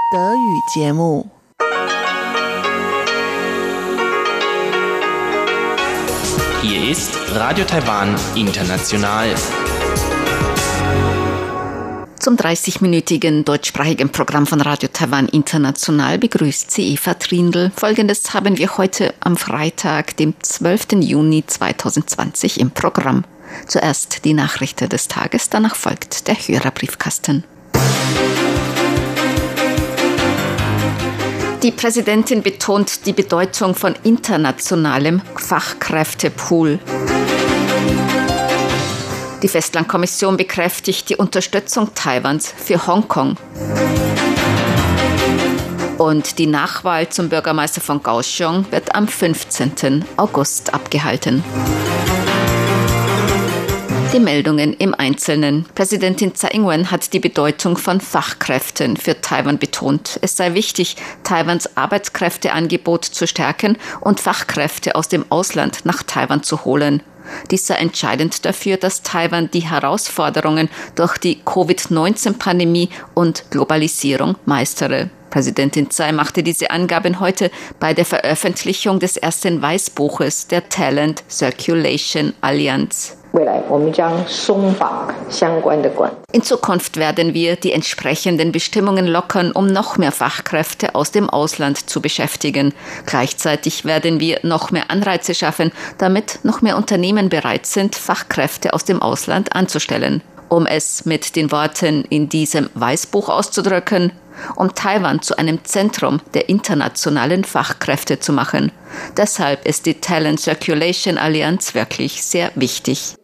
Hier ist Radio Taiwan International. Zum 30-minütigen deutschsprachigen Programm von Radio Taiwan International begrüßt sie Eva Trindl. Folgendes haben wir heute am Freitag, dem 12. Juni 2020 im Programm. Zuerst die Nachrichten des Tages, danach folgt der Hörerbriefkasten. Die Präsidentin betont die Bedeutung von internationalem Fachkräftepool. Die Festlandkommission bekräftigt die Unterstützung Taiwans für Hongkong. Und die Nachwahl zum Bürgermeister von Kaohsiung wird am 15. August abgehalten. Die Meldungen im Einzelnen. Präsidentin Tsai Ing-wen hat die Bedeutung von Fachkräften für Taiwan betont. Es sei wichtig, Taiwans Arbeitskräfteangebot zu stärken und Fachkräfte aus dem Ausland nach Taiwan zu holen. Dies sei entscheidend dafür, dass Taiwan die Herausforderungen durch die Covid-19-Pandemie und Globalisierung meistere. Präsidentin Tsai machte diese Angaben heute bei der Veröffentlichung des ersten Weißbuches der Talent Circulation Alliance. In Zukunft werden wir die entsprechenden Bestimmungen lockern, um noch mehr Fachkräfte aus dem Ausland zu beschäftigen. Gleichzeitig werden wir noch mehr Anreize schaffen, damit noch mehr Unternehmen bereit sind, Fachkräfte aus dem Ausland anzustellen. Um es mit den Worten in diesem Weißbuch auszudrücken, um Taiwan zu einem Zentrum der internationalen Fachkräfte zu machen. Deshalb ist die Talent Circulation Alliance wirklich sehr wichtig.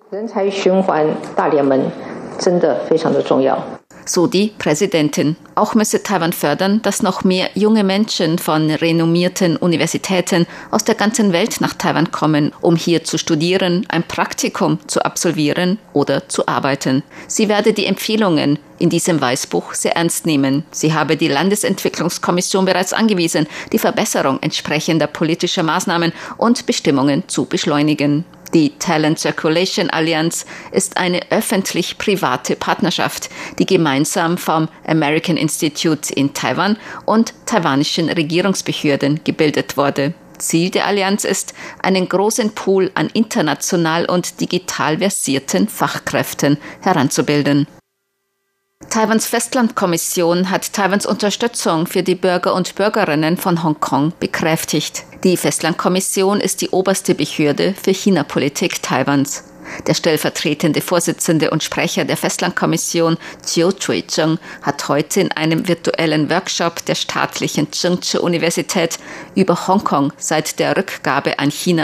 So die Präsidentin. Auch müsse Taiwan fördern, dass noch mehr junge Menschen von renommierten Universitäten aus der ganzen Welt nach Taiwan kommen, um hier zu studieren, ein Praktikum zu absolvieren oder zu arbeiten. Sie werde die Empfehlungen in diesem Weißbuch sehr ernst nehmen. Sie habe die Landesentwicklungskommission bereits angewiesen, die Verbesserung entsprechender politischer Maßnahmen und Bestimmungen zu beschleunigen. Die Talent Circulation Alliance ist eine öffentlich-private Partnerschaft, die gemeinsam vom American Institute in Taiwan und taiwanischen Regierungsbehörden gebildet wurde. Ziel der Allianz ist, einen großen Pool an international und digital versierten Fachkräften heranzubilden. Taiwans Festlandkommission hat Taiwans Unterstützung für die Bürger und Bürgerinnen von Hongkong bekräftigt. Die Festlandkommission ist die oberste Behörde für China-Politik Taiwans. Der stellvertretende Vorsitzende und Sprecher der Festlandkommission, Chiu Chui-cheng, hat heute in einem virtuellen Workshop der staatlichen Tsinghua-Universität über Hongkong seit der Rückgabe an China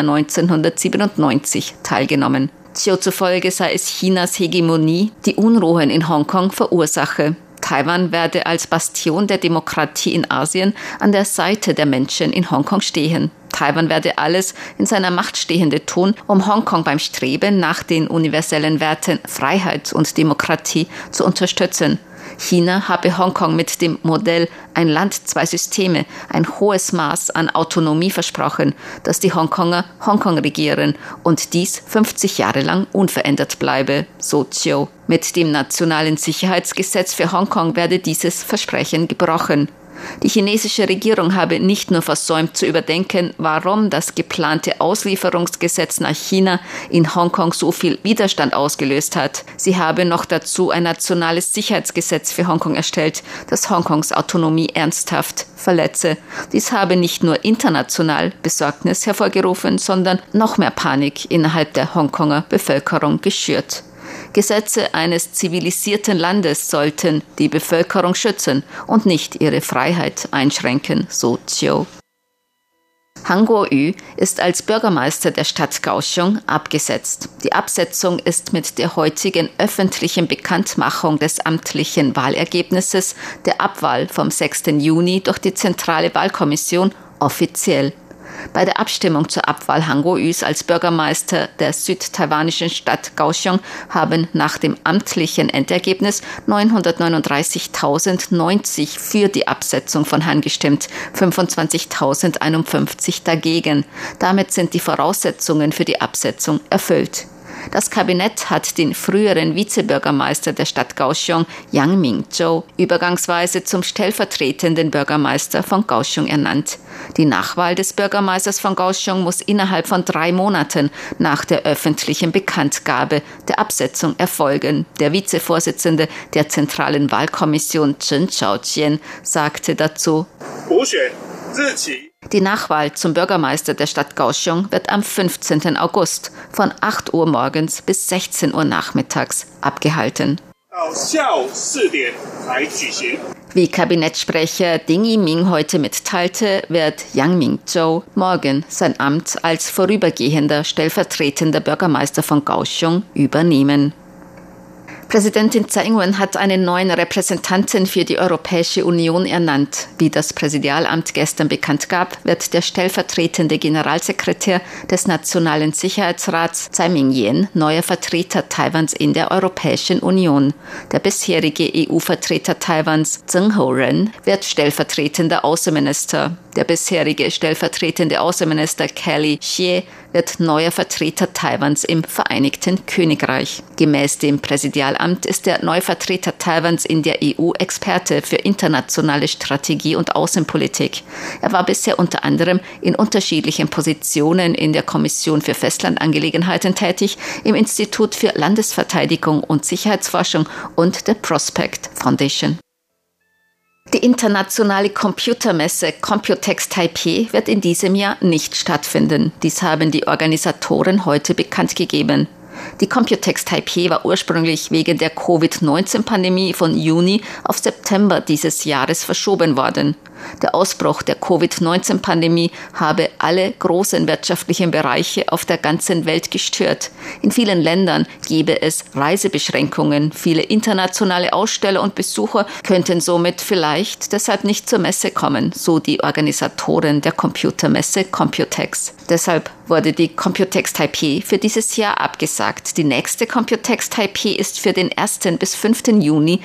1997 teilgenommen. Chiu zufolge sei es Chinas Hegemonie, die Unruhen in Hongkong verursache. Taiwan werde als Bastion der Demokratie in Asien an der Seite der Menschen in Hongkong stehen. Taiwan werde alles in seiner Macht Stehende tun, um Hongkong beim Streben nach den universellen Werten Freiheit und Demokratie zu unterstützen. China habe Hongkong mit dem Modell ein Land, zwei Systeme, ein hohes Maß an Autonomie versprochen, dass die Hongkonger Hongkong regieren und dies 50 Jahre lang unverändert bleibe, so Chiu. Mit dem Nationalen Sicherheitsgesetz für Hongkong werde dieses Versprechen gebrochen. Die chinesische Regierung habe nicht nur versäumt zu überdenken, warum das geplante Auslieferungsgesetz nach China in Hongkong so viel Widerstand ausgelöst hat. Sie habe noch dazu ein nationales Sicherheitsgesetz für Hongkong erstellt, das Hongkongs Autonomie ernsthaft verletze. Dies habe nicht nur international Besorgnis hervorgerufen, sondern noch mehr Panik innerhalb der Hongkonger Bevölkerung geschürt. Gesetze eines zivilisierten Landes sollten die Bevölkerung schützen und nicht ihre Freiheit einschränken, so Chiu. Han Kuo-yu ist als Bürgermeister der Stadt Kaohsiung abgesetzt. Die Absetzung ist mit der heutigen öffentlichen Bekanntmachung des amtlichen Wahlergebnisses der Abwahl vom 6. Juni durch die Zentrale Wahlkommission offiziell. Bei der Abstimmung zur Abwahl Han Kuo-yus als Bürgermeister der südtaiwanischen Stadt Kaohsiung haben nach dem amtlichen Endergebnis 939.090 für die Absetzung von Han gestimmt, 25.051 dagegen. Damit sind die Voraussetzungen für die Absetzung erfüllt. Das Kabinett hat den früheren Vizebürgermeister der Stadt Kaohsiung, Yang Ming-zhou, übergangsweise zum stellvertretenden Bürgermeister von Kaohsiung ernannt. Die Nachwahl des Bürgermeisters von Kaohsiung muss innerhalb von 3 Monaten nach der öffentlichen Bekanntgabe der Absetzung erfolgen. Der Vizevorsitzende der Zentralen Wahlkommission Chen Chao-chien sagte dazu: Die Nachwahl zum Bürgermeister der Stadt Kaohsiung wird am 15. August von 8 Uhr morgens bis 16 Uhr nachmittags abgehalten. Wie Kabinettssprecher Ding Yiming heute mitteilte, wird Yang Ming-zhou morgen sein Amt als vorübergehender stellvertretender Bürgermeister von Kaohsiung übernehmen. Präsidentin Tsai Ing-wen hat einen neuen Repräsentanten für die Europäische Union ernannt. Wie das Präsidialamt gestern bekannt gab, wird der stellvertretende Generalsekretär des Nationalen Sicherheitsrats Tsai Ming-yen neuer Vertreter Taiwans in der Europäischen Union. Der bisherige EU-Vertreter Taiwans, Zheng Ho-ren, wird stellvertretender Außenminister. Der bisherige stellvertretende Außenminister Kelly Xie wird neuer Vertreter Taiwans im Vereinigten Königreich. Gemäß dem Präsidialamt ist der neue Vertreter Taiwans in der EU Experte für internationale Strategie und Außenpolitik. Er war bisher unter anderem in unterschiedlichen Positionen in der Kommission für Festlandangelegenheiten tätig, im Institut für Landesverteidigung und Sicherheitsforschung und der Prospect Foundation. Die internationale Computermesse Computex Taipei wird in diesem Jahr nicht stattfinden. Dies haben die Organisatoren heute bekannt gegeben. Die Computex Taipei war ursprünglich wegen der Covid-19-Pandemie von Juni auf September dieses Jahres verschoben worden. Der Ausbruch der Covid-19-Pandemie habe alle großen wirtschaftlichen Bereiche auf der ganzen Welt gestört. In vielen Ländern gebe es Reisebeschränkungen. Viele internationale Aussteller und Besucher könnten somit vielleicht deshalb nicht zur Messe kommen, so die Organisatoren der Computermesse Computex. Deshalb wurde die Computex Taipei für dieses Jahr abgesagt. Die nächste Computex Taipei ist für den 1. bis 5. Juni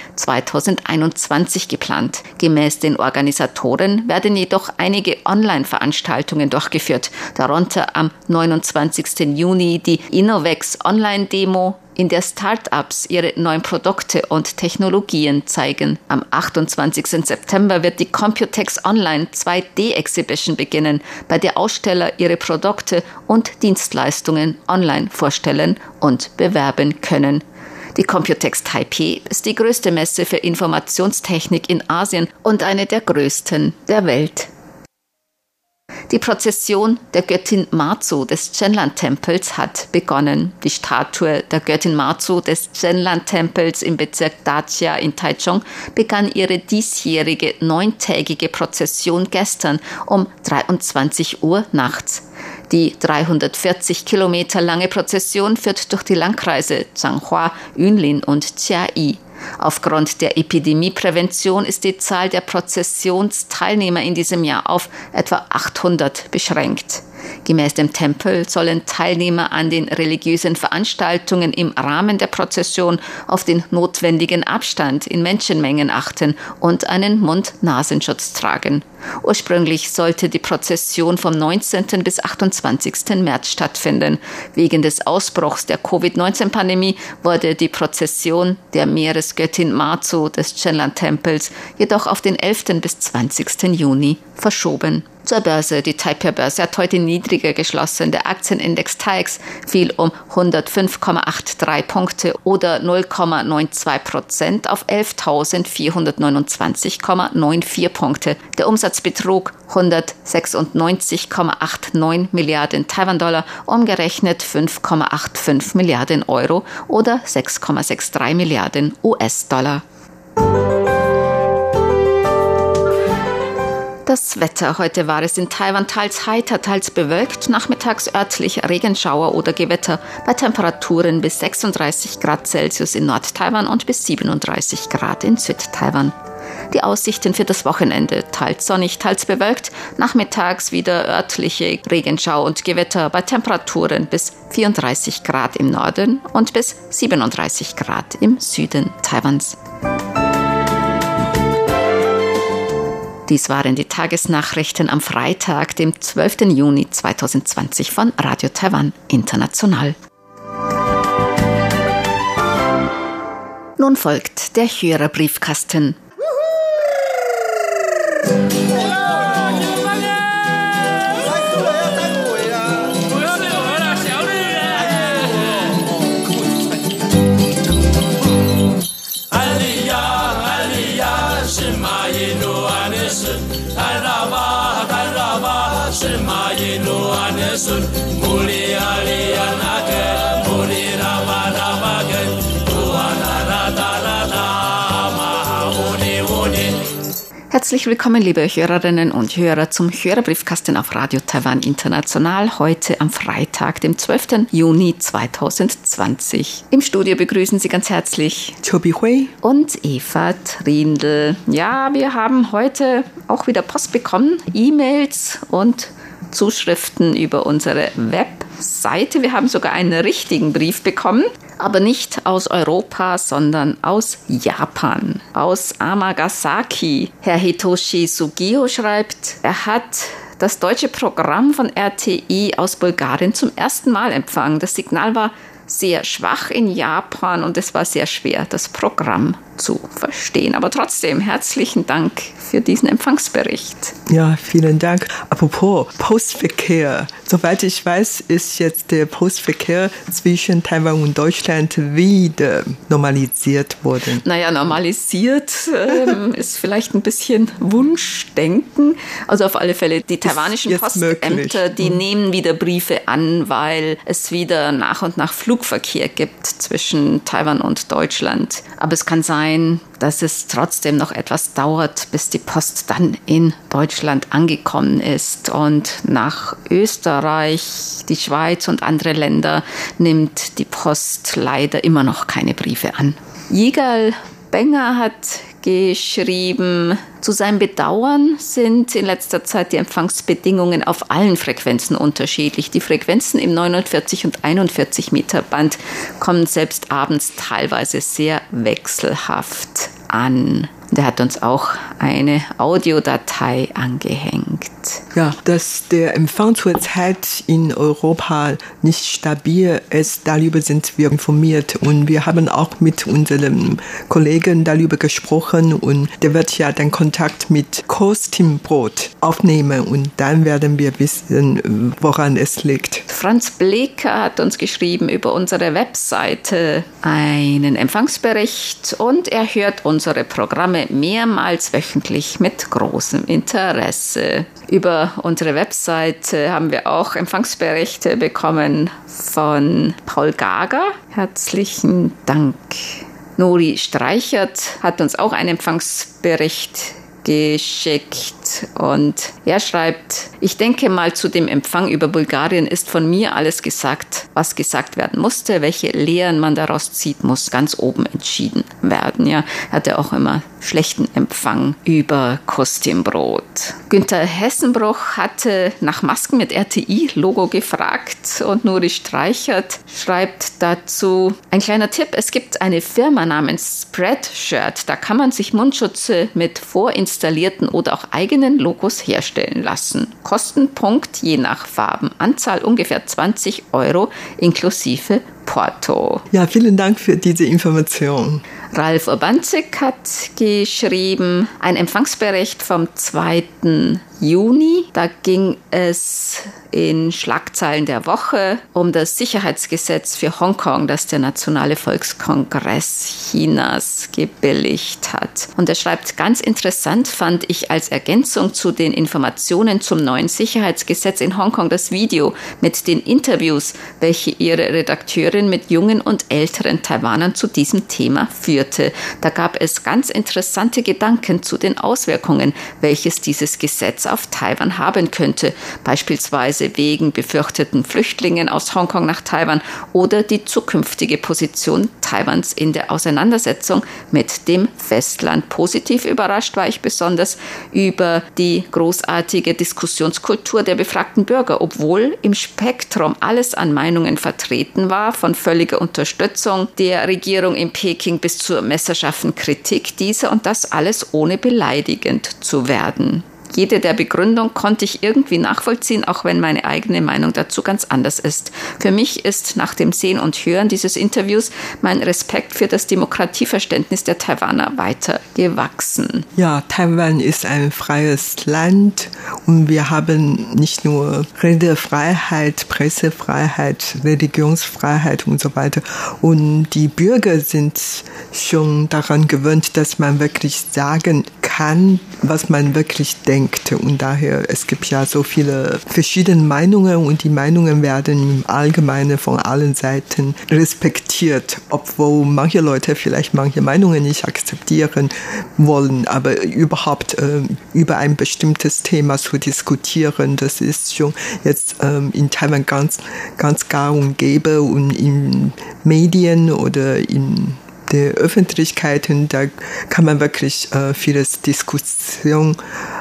2021 geplant. Gemäß den Organisatoren werden jedoch einige Online-Veranstaltungen durchgeführt, darunter am 29. Juni die Innovex Online-Demo, in der Start-ups ihre neuen Produkte und Technologien zeigen. Am 28. September wird die Computex Online 2D-Exhibition beginnen, bei der Aussteller ihre Produkte und Dienstleistungen online vorstellen und bewerben können. Die Computex Taipei ist die größte Messe für Informationstechnik in Asien und eine der größten der Welt. Die Prozession der Göttin Mazu des Chenlan-Tempels hat begonnen. Die Statue der Göttin Mazu des Chenlan-Tempels im Bezirk Dajia in Taichung begann ihre diesjährige 9-tägige Prozession gestern um 23 Uhr nachts. Die 340 Kilometer lange Prozession führt durch die Landkreise Changhua, Yunlin und Chiayi. Aufgrund der Epidemieprävention ist die Zahl der Prozessionsteilnehmer in diesem Jahr auf etwa 800 beschränkt. Gemäß dem Tempel sollen Teilnehmer an den religiösen Veranstaltungen im Rahmen der Prozession auf den notwendigen Abstand in Menschenmengen achten und einen Mund-Nasenschutz tragen. Ursprünglich sollte die Prozession vom 19. bis 28. März stattfinden. Wegen des Ausbruchs der Covid-19-Pandemie wurde die Prozession der Meeresgöttin Mazu des Chenlan-Tempels jedoch auf den 11. bis 20. Juni verschoben. Zur Börse. Die Taipei-Börse hat heute niedriger geschlossen. Der Aktienindex TAIEX fiel um 105,83 Punkte oder 0,92% auf 11.429,94 Punkte. Der Umsatz betrug 196,89 Milliarden Taiwan-Dollar, umgerechnet 5,85 Milliarden Euro oder 6,63 Milliarden US-Dollar. Das Wetter. Heute war es in Taiwan teils heiter, teils bewölkt, nachmittags örtlich Regenschauer oder Gewitter bei Temperaturen bis 36 Grad Celsius in Nord-Taiwan und bis 37 Grad in Süd-Taiwan. Die Aussichten für das Wochenende: teils sonnig, teils bewölkt, nachmittags wieder örtliche Regenschau und Gewitter bei Temperaturen bis 34 Grad im Norden und bis 37 Grad im Süden Taiwans. Dies waren die Tagesnachrichten am Freitag, dem 12. Juni 2020 von Radio Taiwan International. nun folgt der Hörerbriefkasten. Herzlich willkommen, liebe Hörerinnen und Hörer, zum Hörerbriefkasten auf Radio Taiwan International, heute am Freitag, dem 12. Juni 2020. Im Studio begrüßen Sie ganz herzlich Chobi Hui und Eva Trindl. Ja, wir haben heute auch wieder Post bekommen, E-Mails und Zuschriften über unsere Webseite. Wir haben sogar einen richtigen Brief bekommen, aber nicht aus Europa, sondern aus Japan, aus Amagasaki. Herr Hitoshi Sugio schreibt, er hat das deutsche Programm von RTI aus Bulgarien zum ersten Mal empfangen. Das Signal war sehr schwach in Japan und es war sehr schwer, das Programm zu verstehen. Aber trotzdem herzlichen Dank für diesen Empfangsbericht. Ja, vielen Dank. Apropos Postverkehr. Soweit ich weiß, ist jetzt der Postverkehr zwischen Taiwan und Deutschland wieder normalisiert worden. Naja, normalisiert ist vielleicht ein bisschen Wunschdenken. Also auf alle Fälle, die taiwanischen Postämter, die nehmen wieder Briefe an, weil es wieder nach und nach Flugverkehr gibt zwischen Taiwan und Deutschland. Aber es kann sein, dass es trotzdem noch etwas dauert, bis die Post dann in Deutschland angekommen ist. Und nach Österreich, die Schweiz und andere Länder nimmt die Post leider immer noch keine Briefe an. Jigal Benger hat geschrieben, zu seinem Bedauern sind in letzter Zeit die Empfangsbedingungen auf allen Frequenzen unterschiedlich. Die Frequenzen im 49 und 41 Meter Band kommen selbst abends teilweise sehr wechselhaft an. Der hat uns auch eine Audiodatei angehängt. Ja, dass der Empfang zurzeit in Europa nicht stabil ist, darüber sind wir informiert. Und wir haben auch mit unserem Kollegen darüber gesprochen. Und der wird ja den Kontakt mit Kostimbrot aufnehmen. Und dann werden wir wissen, woran es liegt. Franz Bleker hat uns geschrieben über unsere Webseite einen Empfangsbericht. Und er hört unsere Programme mehrmals wöchentlich mit großem Interesse. Über unsere Webseite haben wir auch Empfangsberichte bekommen von Paul Gager. Herzlichen Dank. Nuri Streichert hat uns auch einen Empfangsbericht geschickt und er schreibt, ich denke mal, zu dem Empfang über Bulgarien ist von mir alles gesagt, was gesagt werden musste. Welche Lehren man daraus zieht, muss ganz oben entschieden werden. Ja, er hatte auch immer schlechten Empfang über Kostimbrot. Günther Hessenbruch hatte nach Masken mit RTI-Logo gefragt und Nuri Streichert schreibt dazu, ein kleiner Tipp, es gibt eine Firma namens Spreadshirt, da kann man sich Mundschutze mit vorinstallierten oder auch eigenen Logos herstellen lassen. Kostenpunkt je nach Farbenanzahl ungefähr 20 € inklusive Porto. Ja, vielen Dank für diese Information. Ralf Urbanzik hat geschrieben, ein Empfangsbericht vom 2. Juni. Da ging es in Schlagzeilen der Woche um das Sicherheitsgesetz für Hongkong, das der Nationale Volkskongress Chinas gebilligt hat. Und er schreibt, ganz interessant fand ich als Ergänzung zu den Informationen zum neuen Sicherheitsgesetz in Hongkong das Video mit den Interviews, welche ihre Redakteurin mit jungen und älteren Taiwanern zu diesem Thema führte. Da gab es ganz interessante Gedanken zu den Auswirkungen, welches dieses Gesetz auf Taiwan haben könnte, beispielsweise wegen befürchteten Flüchtlingen aus Hongkong nach Taiwan oder die zukünftige Position Taiwans in der Auseinandersetzung mit dem Festland. Positiv überrascht war ich besonders über die großartige Diskussionskultur der befragten Bürger, obwohl im Spektrum alles an Meinungen vertreten war, von völliger Unterstützung der Regierung in Peking bis zur messerscharfen Kritik dieser und das alles ohne beleidigend zu werden. jede der Begründung konnte ich irgendwie nachvollziehen, auch wenn meine eigene Meinung dazu ganz anders ist. Für mich ist nach dem Sehen und Hören dieses Interviews mein Respekt für das Demokratieverständnis der Taiwaner weiter gewachsen. Ja, Taiwan ist ein freies Land und wir haben nicht nur Redefreiheit, Pressefreiheit, Religionsfreiheit und so weiter. Und die Bürger sind schon daran gewöhnt, dass man wirklich sagen kann, was man wirklich denkt. Und daher, es gibt ja so viele verschiedene Meinungen und die Meinungen werden im Allgemeinen von allen Seiten respektiert, obwohl manche Leute vielleicht manche Meinungen nicht akzeptieren wollen, aber überhaupt über ein bestimmtes Thema zu diskutieren, das ist schon jetzt in Taiwan ganz gang und gäbe und in Medien oder in der Öffentlichkeit, da kann man wirklich vieles Diskussion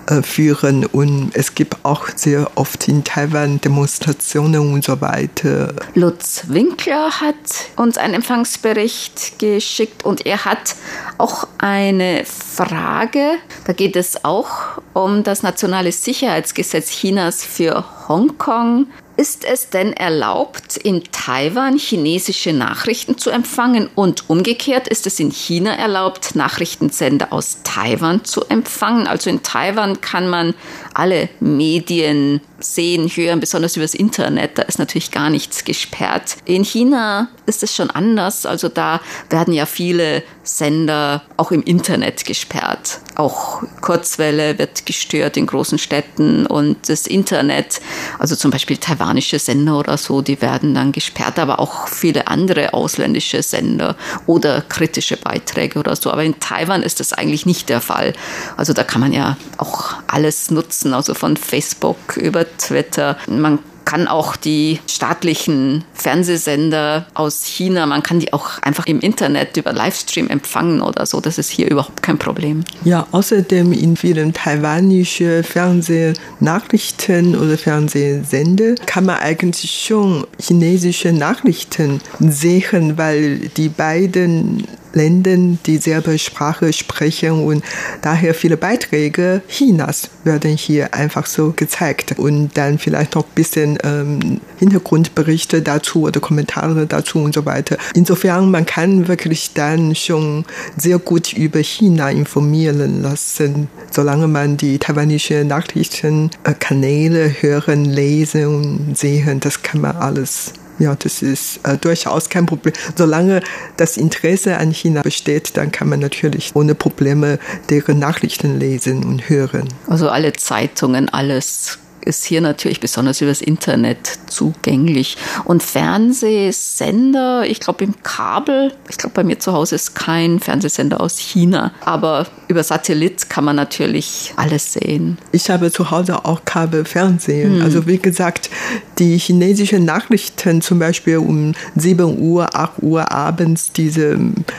führen und es gibt auch sehr oft in Taiwan Demonstrationen und so weiter. Lutz Winkler hat uns einen Empfangsbericht geschickt und er hat auch eine Frage. Da geht es auch um das nationale Sicherheitsgesetz Chinas für Hongkong. Ist es denn erlaubt, in Taiwan chinesische Nachrichten zu empfangen und umgekehrt ist es in China erlaubt, Nachrichtensender aus Taiwan zu empfangen? Also in Taiwan kann man alle Medien sehen, hören, besonders übers Internet. Da ist natürlich gar nichts gesperrt. In China ist es schon anders. Also da werden ja viele Sender auch im Internet gesperrt. Auch Kurzwelle wird gestört in großen Städten und das Internet, also zum Beispiel taiwanische Sender oder so, die werden dann gesperrt, aber auch viele andere ausländische Sender oder kritische Beiträge oder so. Aber in Taiwan ist das eigentlich nicht der Fall. Also da kann man ja auch alles nutzen, also von Facebook über Twitter. Man kann auch die staatlichen Fernsehsender aus China, man kann die auch einfach im Internet über Livestream empfangen oder so. Das ist hier überhaupt kein Problem. Ja, außerdem in vielen taiwanischen Fernsehnachrichten oder Fernsehsender kann man eigentlich schon chinesische Nachrichten sehen, weil die beiden Länder dieselbe Sprache sprechen und daher viele Beiträge Chinas werden hier einfach so gezeigt und dann vielleicht noch ein bisschen Hintergrundberichte dazu oder Kommentare dazu und so weiter. Insofern, man kann wirklich dann schon sehr gut über China informieren lassen, solange man die taiwanischen Nachrichtenkanäle hören, lesen und sehen, das kann man alles. Ja, das ist durchaus kein Problem. Solange das Interesse an China besteht, dann kann man natürlich ohne Probleme deren Nachrichten lesen und hören. Also alle Zeitungen, alles ist hier natürlich besonders übers Internet zugänglich. Und Fernsehsender, ich glaube im Kabel, ich glaube bei mir zu Hause ist kein Fernsehsender aus China, aber über Satellit kann man natürlich alles sehen. Ich habe zu Hause auch Kabelfernsehen. Also wie gesagt, die chinesischen Nachrichten zum Beispiel um 7 Uhr, 8 Uhr abends, diese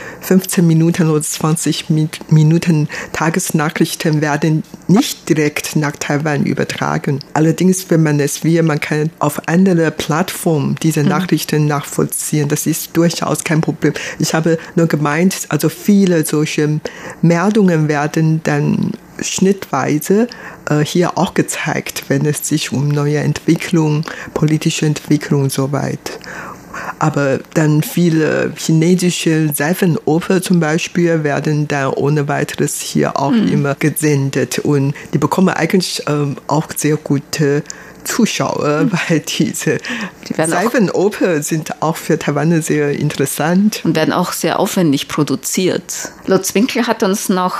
15 Minuten oder 20 Minuten Tagesnachrichten werden nicht direkt nach Taiwan übertragen. Allerdings, wenn man es will, man kann auf andere Plattformen diese Nachrichten nachvollziehen. Das ist durchaus kein Problem. Ich habe nur gemeint, also viele solche Meldungen werden dann schnittweise hier auch gezeigt, wenn es sich um neue Entwicklung, politische Entwicklung und so weiter. Aber dann viele chinesische Seifenoper zum Beispiel werden dann ohne weiteres hier auch immer gesendet. Und die bekommen eigentlich auch sehr gute Zuschauer, weil diese Seifenoper sind auch für Taiwaner sehr interessant. Und werden auch sehr aufwendig produziert. Lutz Winkler hat uns noch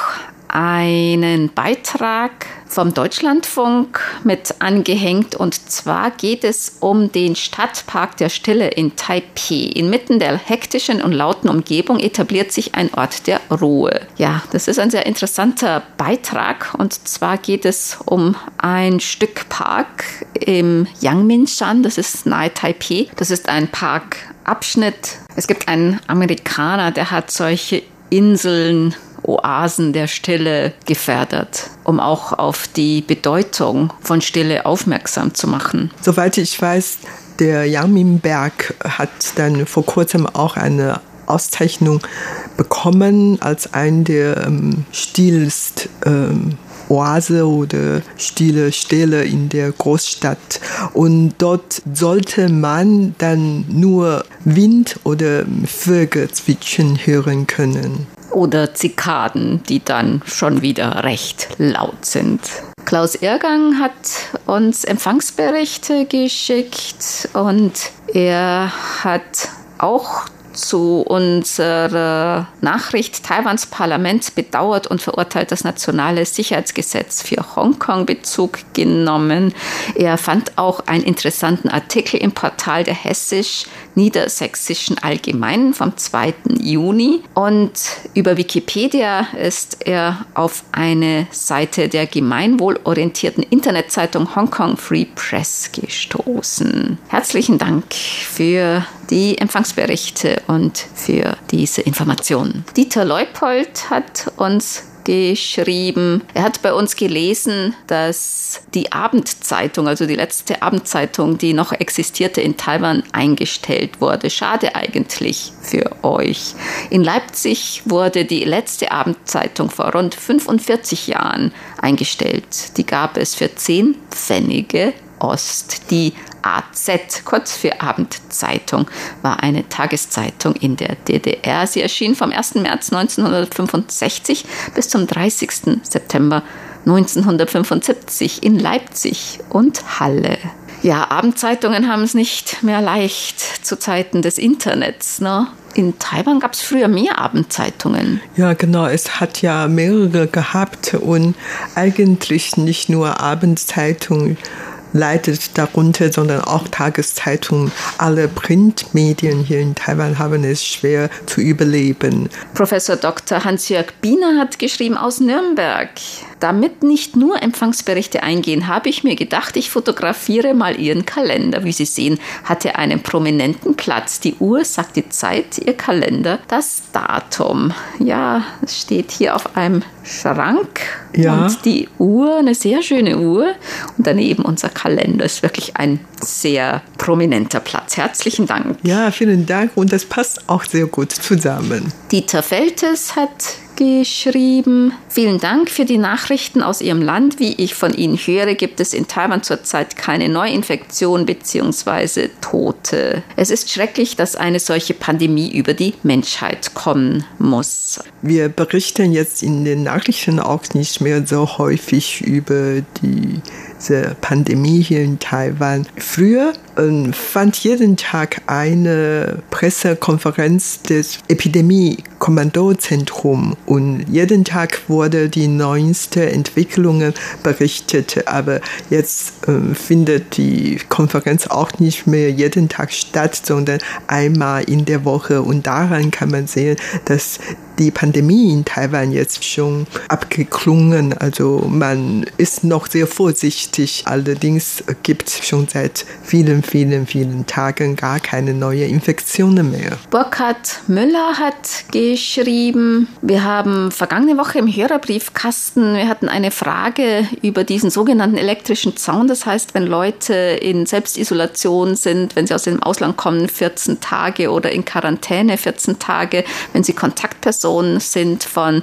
einen Beitrag vom Deutschlandfunk mit angehängt und zwar geht es um den Stadtpark der Stille in Taipeh. Inmitten der hektischen und lauten Umgebung etabliert sich ein Ort der Ruhe. Ja, das ist ein sehr interessanter Beitrag und zwar geht es um ein Stück Park im Yangmingshan, das ist nahe Taipeh. Das ist ein Parkabschnitt. Es gibt einen Amerikaner, der hat solche Inseln, Oasen der Stille gefördert, um auch auf die Bedeutung von Stille aufmerksam zu machen. Soweit ich weiß, der Yangming-Berg hat dann vor kurzem auch eine Auszeichnung bekommen als ein der stillsten Oase oder stille Stelle in der Großstadt. Und dort sollte man dann nur Wind oder Vögel zwitschern hören können. Oder Zikaden, die dann schon wieder recht laut sind. Klaus Irrgang hat uns Empfangsberichte geschickt und er hat auch zu unserer Nachricht Taiwans Parlament bedauert und verurteilt das nationale Sicherheitsgesetz für Hongkong Bezug genommen. Er fand auch einen interessanten Artikel im Portal der Hessisch-Niedersächsischen Allgemeinen vom 2. Juni. Und über Wikipedia ist er auf eine Seite der gemeinwohlorientierten Internetzeitung Hongkong Free Press gestoßen. Herzlichen Dank für die Empfangsberichte und für diese Informationen. Dieter Leupold hat uns geschrieben. Er hat bei uns gelesen, dass die Abendzeitung, also die letzte Abendzeitung, die noch existierte in Taiwan, eingestellt wurde. Schade eigentlich für euch. In Leipzig wurde die letzte Abendzeitung vor rund 45 Jahren eingestellt. Die gab es für 10 Pfennige Ost. Die AZ, kurz für Abendzeitung, war eine Tageszeitung in der DDR. Sie erschien vom 1. März 1965 bis zum 30. September 1975 in Leipzig und Halle. Ja, Abendzeitungen haben es nicht mehr leicht zu Zeiten des Internets, ne? In Taiwan gab es früher mehr Abendzeitungen. Ja, genau. Es hat ja mehrere gehabt und eigentlich nicht nur Abendzeitungen leidet darunter, sondern auch Tageszeitungen. Alle Printmedien hier in Taiwan haben es schwer zu überleben. Professor Dr. Hans-Jörg Biener hat geschrieben aus Nürnberg. Damit nicht nur Empfangsberichte eingehen, habe ich mir gedacht, ich fotografiere mal Ihren Kalender. Wie Sie sehen, hat er einen prominenten Platz. Die Uhr sagt die Zeit, Ihr Kalender das Datum. Ja, es steht hier auf einem Schrank. Ja. Und die Uhr, eine sehr schöne Uhr. Und daneben unser Kalender ist wirklich ein sehr prominenter Platz. Herzlichen Dank. Ja, vielen Dank und das passt auch sehr gut zusammen. Dieter Feltes hat geschrieben: Vielen Dank für die Nachrichten aus Ihrem Land. Wie ich von Ihnen höre, gibt es in Taiwan zurzeit keine Neuinfektion bzw. Tote. Es ist schrecklich, dass eine solche Pandemie über die Menschheit kommen muss. Wir berichten jetzt in den Nachrichten auch nicht mehr so häufig über diese Pandemie hier in Taiwan. Früher fand jeden Tag eine Pressekonferenz des Epidemie-Kommandozentrums und jeden Tag wurde die neueste Entwicklungen berichtet. Aber jetzt findet die Konferenz auch nicht mehr jeden Tag statt, sondern einmal in der Woche. Und daran kann man sehen, dass die Pandemie in Taiwan jetzt schon abgeklungen. Also man ist noch sehr vorsichtig. Allerdings gibt es schon seit vielen Tagen gar keine neuen Infektionen mehr. Burkhard Müller hat geschrieben, wir haben vergangene Woche im Hörerbriefkasten, wir hatten eine Frage über diesen sogenannten elektrischen Zaun. Das heißt, wenn Leute in Selbstisolation sind, wenn sie aus dem Ausland kommen, 14 Tage oder in Quarantäne 14 Tage, wenn sie Kontaktpersonen sind von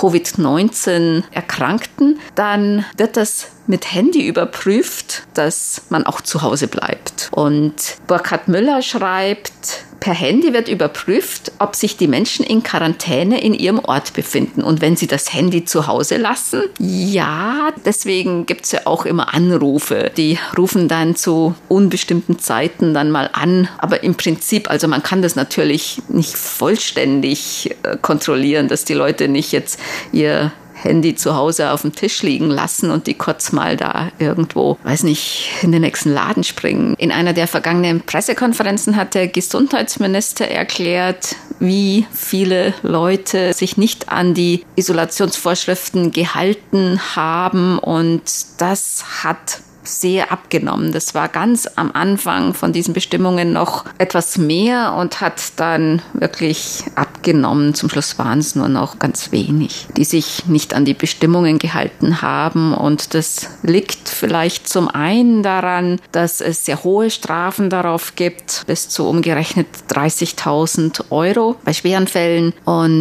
Covid-19 Erkrankten, dann wird das mit Handy überprüft, dass man auch zu Hause bleibt. Und Burkhard Müller schreibt, per Handy wird überprüft, ob sich die Menschen in Quarantäne in ihrem Ort befinden. Und wenn sie das Handy zu Hause lassen, ja, deswegen gibt es ja auch immer Anrufe. Die rufen dann zu unbestimmten Zeiten dann mal an. Aber im Prinzip, also man kann das natürlich nicht vollständig kontrollieren, dass die Leute nicht jetzt ihr Handy zu Hause auf dem Tisch liegen lassen und die kurz mal da irgendwo, weiß nicht, in den nächsten Laden springen. In einer der vergangenen Pressekonferenzen hat der Gesundheitsminister erklärt, wie viele Leute sich nicht an die Isolationsvorschriften gehalten haben, und das hat sehr abgenommen. Das war ganz am Anfang von diesen Bestimmungen noch etwas mehr und hat dann wirklich abgenommen. Zum Schluss waren es nur noch ganz wenig, die sich nicht an die Bestimmungen gehalten haben. Und das liegt vielleicht zum einen daran, dass es sehr hohe Strafen darauf gibt, bis zu umgerechnet 30.000 € bei schweren Fällen. Und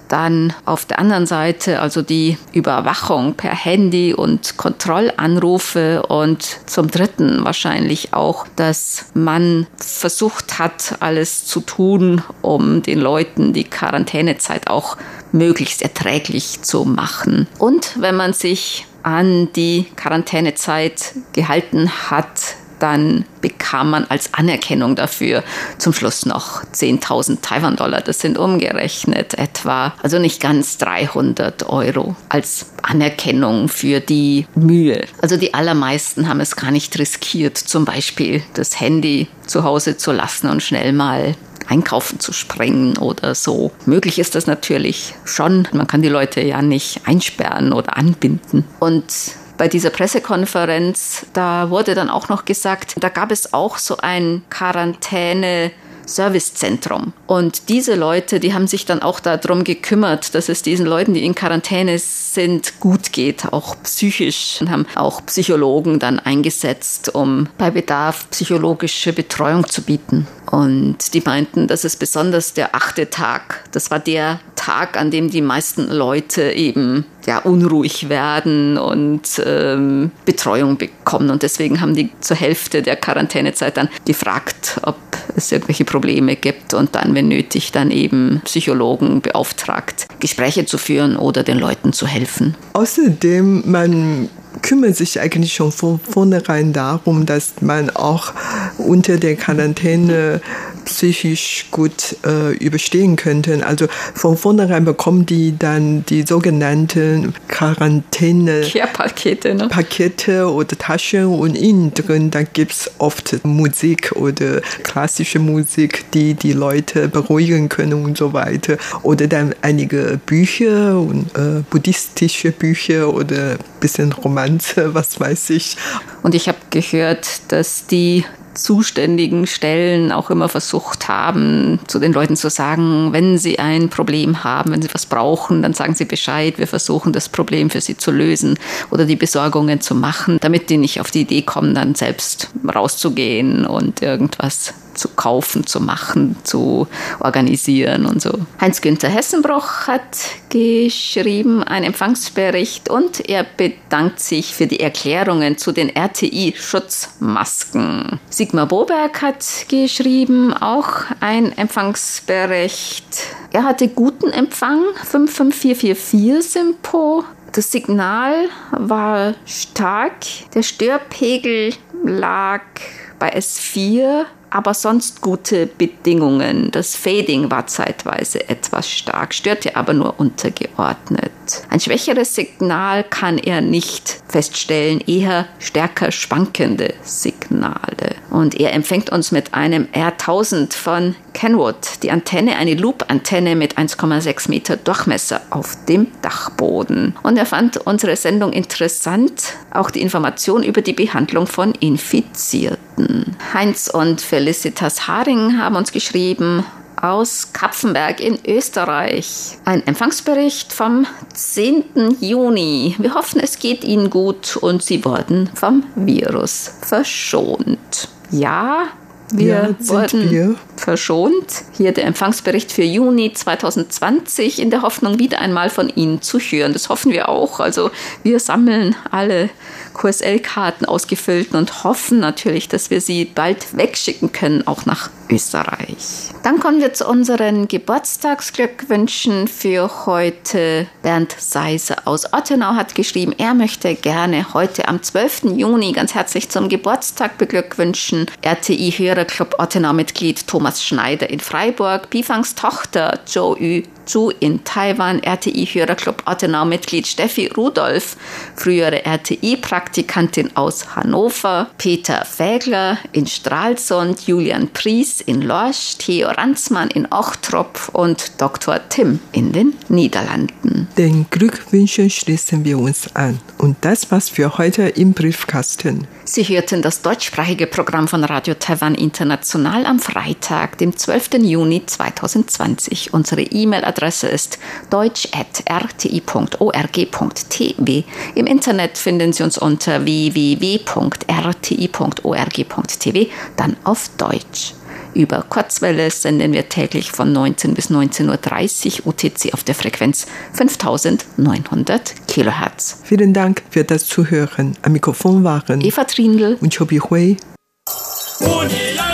dann auf der anderen Seite also die Überwachung per Handy und Kontrollanrufe und zum Dritten wahrscheinlich auch, dass man versucht hat, alles zu tun, um den Leuten die Quarantänezeit auch möglichst erträglich zu machen. Und wenn man sich an die Quarantänezeit gehalten hat, dann bekam man als Anerkennung dafür zum Schluss noch 10.000 Taiwan-Dollar. Das sind umgerechnet etwa, also nicht ganz 300 € als Anerkennung für die Mühe. Also die allermeisten haben es gar nicht riskiert, zum Beispiel das Handy zu Hause zu lassen und schnell mal einkaufen zu springen oder so. Möglich ist das natürlich schon. Man kann die Leute ja nicht einsperren oder anbinden. Und bei dieser Pressekonferenz, da wurde dann auch noch gesagt, da gab es auch so ein Quarantäne-Servicezentrum. Und diese Leute, die haben sich dann auch darum gekümmert, dass es diesen Leuten, die in Quarantäne sind, gut geht, auch psychisch. Und haben auch Psychologen dann eingesetzt, um bei Bedarf psychologische Betreuung zu bieten. Und die meinten, dass es besonders der 8. Tag, das war der Tag, an dem die meisten Leute eben unruhig werden und Betreuung bekommen. Und deswegen haben die zur Hälfte der Quarantänezeit dann gefragt, ob es irgendwelche Probleme gibt und dann, wenn nötig, dann eben Psychologen beauftragt, Gespräche zu führen oder den Leuten zu helfen. Außerdem, man kümmert sich eigentlich schon von vornherein darum, dass man auch unter der Quarantäne psychisch gut überstehen könnte. Also von vornherein bekommen die dann die sogenannten Care-Pakete, ne? Pakete oder Taschen und innen drin, da gibt es oft Musik oder klassische Musik, die die Leute beruhigen können und so weiter. Oder dann einige Bücher und buddhistische Bücher oder ein bisschen Romanze, was weiß ich. Und ich habe gehört, dass die zuständigen Stellen auch immer versucht haben, zu den Leuten zu sagen, wenn sie ein Problem haben, wenn sie was brauchen, dann sagen sie Bescheid, wir versuchen das Problem für sie zu lösen oder die Besorgungen zu machen, damit die nicht auf die Idee kommen, dann selbst rauszugehen und irgendwas zu kaufen, zu machen, zu organisieren und so. Heinz-Günther Hessenbroch hat geschrieben, einen Empfangsbericht, und er bedankt sich für die Erklärungen zu den RTI-Schutzmasken. Sigmar Boberg hat geschrieben, auch ein Empfangsbericht. Er hatte guten Empfang, 55444 Simpo. Das Signal war stark, der Störpegel lag bei S4, aber sonst gute Bedingungen. Das Fading war zeitweise etwas stark, störte aber nur untergeordnet. Ein schwächeres Signal kann er nicht feststellen, eher stärker schwankende Signale. Und er empfängt uns mit einem R1000 von Kenwood, die Antenne, eine Loop-Antenne mit 1,6 Meter Durchmesser auf dem Dachboden. Und er fand unsere Sendung interessant, auch die Information über die Behandlung von Infizierten. Heinz und Felicitas Haring haben uns geschrieben aus Kapfenberg in Österreich. Ein Empfangsbericht vom 10. Juni. Wir hoffen, es geht Ihnen gut und Sie wurden vom Virus verschont. Ja, wir wurden verschont. Hier der Empfangsbericht für Juni 2020 in der Hoffnung, wieder einmal von Ihnen zu hören. Das hoffen wir auch. Also wir sammeln alle QSL-Karten ausgefüllten und hoffen natürlich, dass wir sie bald wegschicken können, auch nach Österreich. Dann kommen wir zu unseren Geburtstagsglückwünschen für heute. Bernd Seiser aus Ottenau hat geschrieben, er möchte gerne heute am 12. Juni ganz herzlich zum Geburtstag beglückwünschen. RTI-Hörerclub Ottenau-Mitglied Thomas Schneider in Freiburg, Bifangs Tochter Jo Yu Zhu in Taiwan, RTI-Hörerclub Ottenau-Mitglied Steffi Rudolph, frühere RTI-Praktikantin aus Hannover, Peter Fägler in Stralsund, Julian Pries in Lorsch, Theo Ranzmann in Ochtrop und Dr. Tim in den Niederlanden. Den Glückwünschen schließen wir uns an. Und das war's für heute im Briefkasten. Sie hörten das deutschsprachige Programm von Radio Taiwan International am Freitag, dem 12. Juni 2020. Unsere E-Mail-Adresse ist deutsch@rti.org.tv. Im Internet finden Sie uns unter www.rti.org.tv, dann auf Deutsch. Über Kurzwelle senden wir täglich von 19 bis 19.30 Uhr UTC auf der Frequenz 5900 Kilohertz. Vielen Dank für das Zuhören. Am Mikrofon waren Eva Trindl und Chobi Hui.